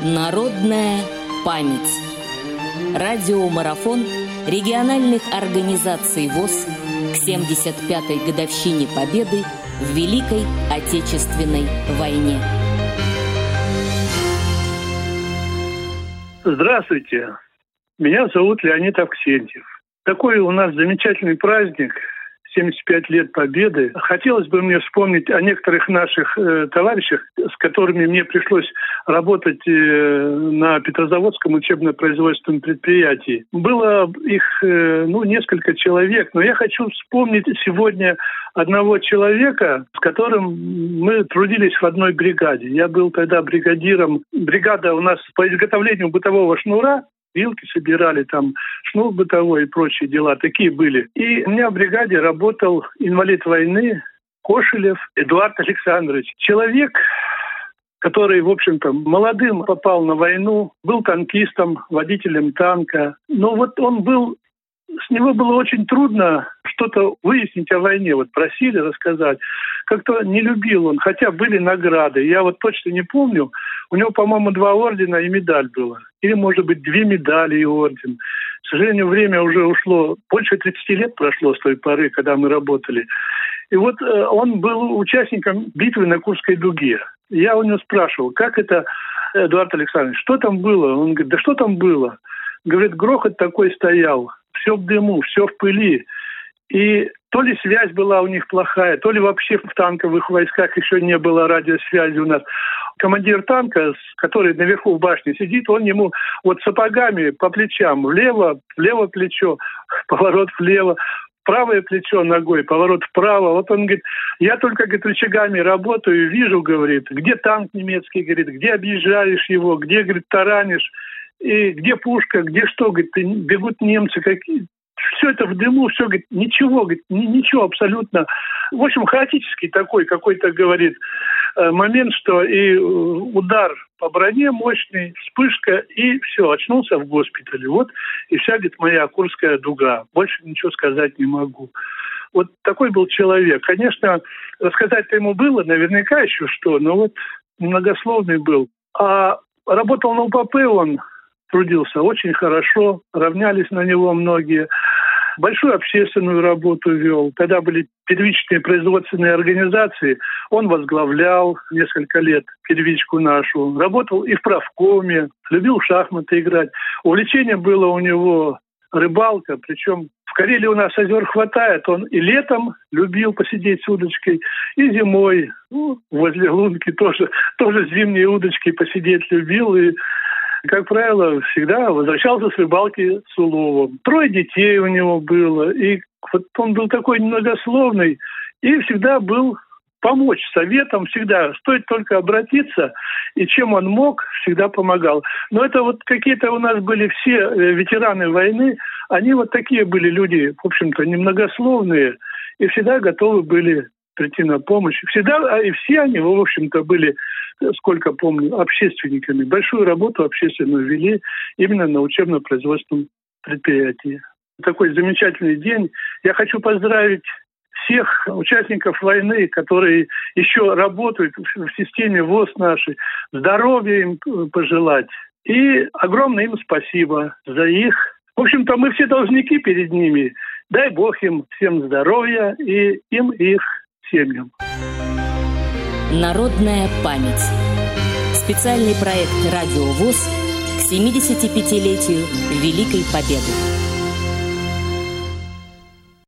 Народная память. Радиомарафон региональных организаций ВОС к 75-й годовщине Победы в Великой Отечественной войне. Здравствуйте, меня зовут Леонид Авксентьев. Такой у нас замечательный праздник, 75 лет Победы. Хотелось бы мне вспомнить о некоторых наших товарищах, с которыми мне пришлось работать на Петрозаводском учебно-производственном предприятии. Было их несколько человек, но я хочу вспомнить сегодня одного человека, с которым мы трудились в одной бригаде. Я был тогда бригадиром. Бригада у нас по изготовлению бытового шнура, вилки собирали, там шнур бытовой и прочие дела, такие были. И у меня в бригаде работал инвалид войны Кошелев Эдуард Александрович. Человек, который, в общем-то, молодым попал на войну, был танкистом, водителем танка. Но вот с него было очень трудно что-то выяснить о войне. Вот просили рассказать. Как-то не любил он, хотя были награды. Я вот точно не помню. У него, по-моему, 2 ордена и медаль было. Или, может быть, 2 медали и орден. К сожалению, время уже ушло. Больше 30 лет прошло с той поры, когда мы работали. И вот он был участником битвы на Курской дуге. Я у него спрашивал, как это, Эдуард Александрович, что там было? Он говорит, да что там было? Говорит, грохот такой стоял. Все в дыму, все в пыли. И то ли связь была у них плохая, то ли вообще в танковых войсках еще не было радиосвязи у нас. Командир танка, который наверху в башне сидит, он ему вот сапогами по плечам, влево плечо, поворот влево, правое плечо ногой, поворот вправо. Вот он говорит, я только, говорит, рычагами работаю, вижу, говорит, где танк немецкий, говорит, где объезжаешь его, где, говорит, таранишь. И где пушка, где что, говорит, бегут немцы, какие. Все это в дыму, все, говорит, ничего, говорит, ничего абсолютно. В общем, хаотический такой какой-то, говорит, момент, что и удар по броне мощный, вспышка, и все, очнулся в госпитале. Вот, и вся, говорит, моя Курская дуга. Больше ничего сказать не могу. Вот такой был человек. Конечно, рассказать-то ему было наверняка еще что, но вот многословный был. А работал на УПП он, трудился очень хорошо, равнялись на него многие. Большую общественную работу вел. Тогда были первичные производственные организации. Он возглавлял несколько лет первичку нашу. Работал и в правкоме, любил в шахматы играть. Увлечение было у него рыбалка. Причем в Карелии у нас озер хватает. Он и летом любил посидеть с удочкой, и зимой возле лунки тоже с зимней удочкой посидеть любил. И, как правило, всегда возвращался с рыбалки с уловом. 3 детей у него было. И вот он был такой многословный и всегда был помочь советом, всегда. Стоит только обратиться, и чем он мог, всегда помогал. Но это вот какие-то у нас были все ветераны войны, они вот такие были люди, в общем-то, немногословные, и всегда готовы были прийти на помощь. Всегда, и все они, в общем-то, были, сколько помню, общественниками. Большую работу общественную вели именно на учебно-производственном предприятии. Такой замечательный день. Я хочу поздравить всех участников войны, которые еще работают в системе ВОС нашей. Здоровья им пожелать. И огромное им спасибо за их. В общем-то, мы все должники перед ними. Дай Бог им всем здоровья и им, и их семьям. Народная память. Специальный проект «Радио ВОС» к 75-летию Великой Победы.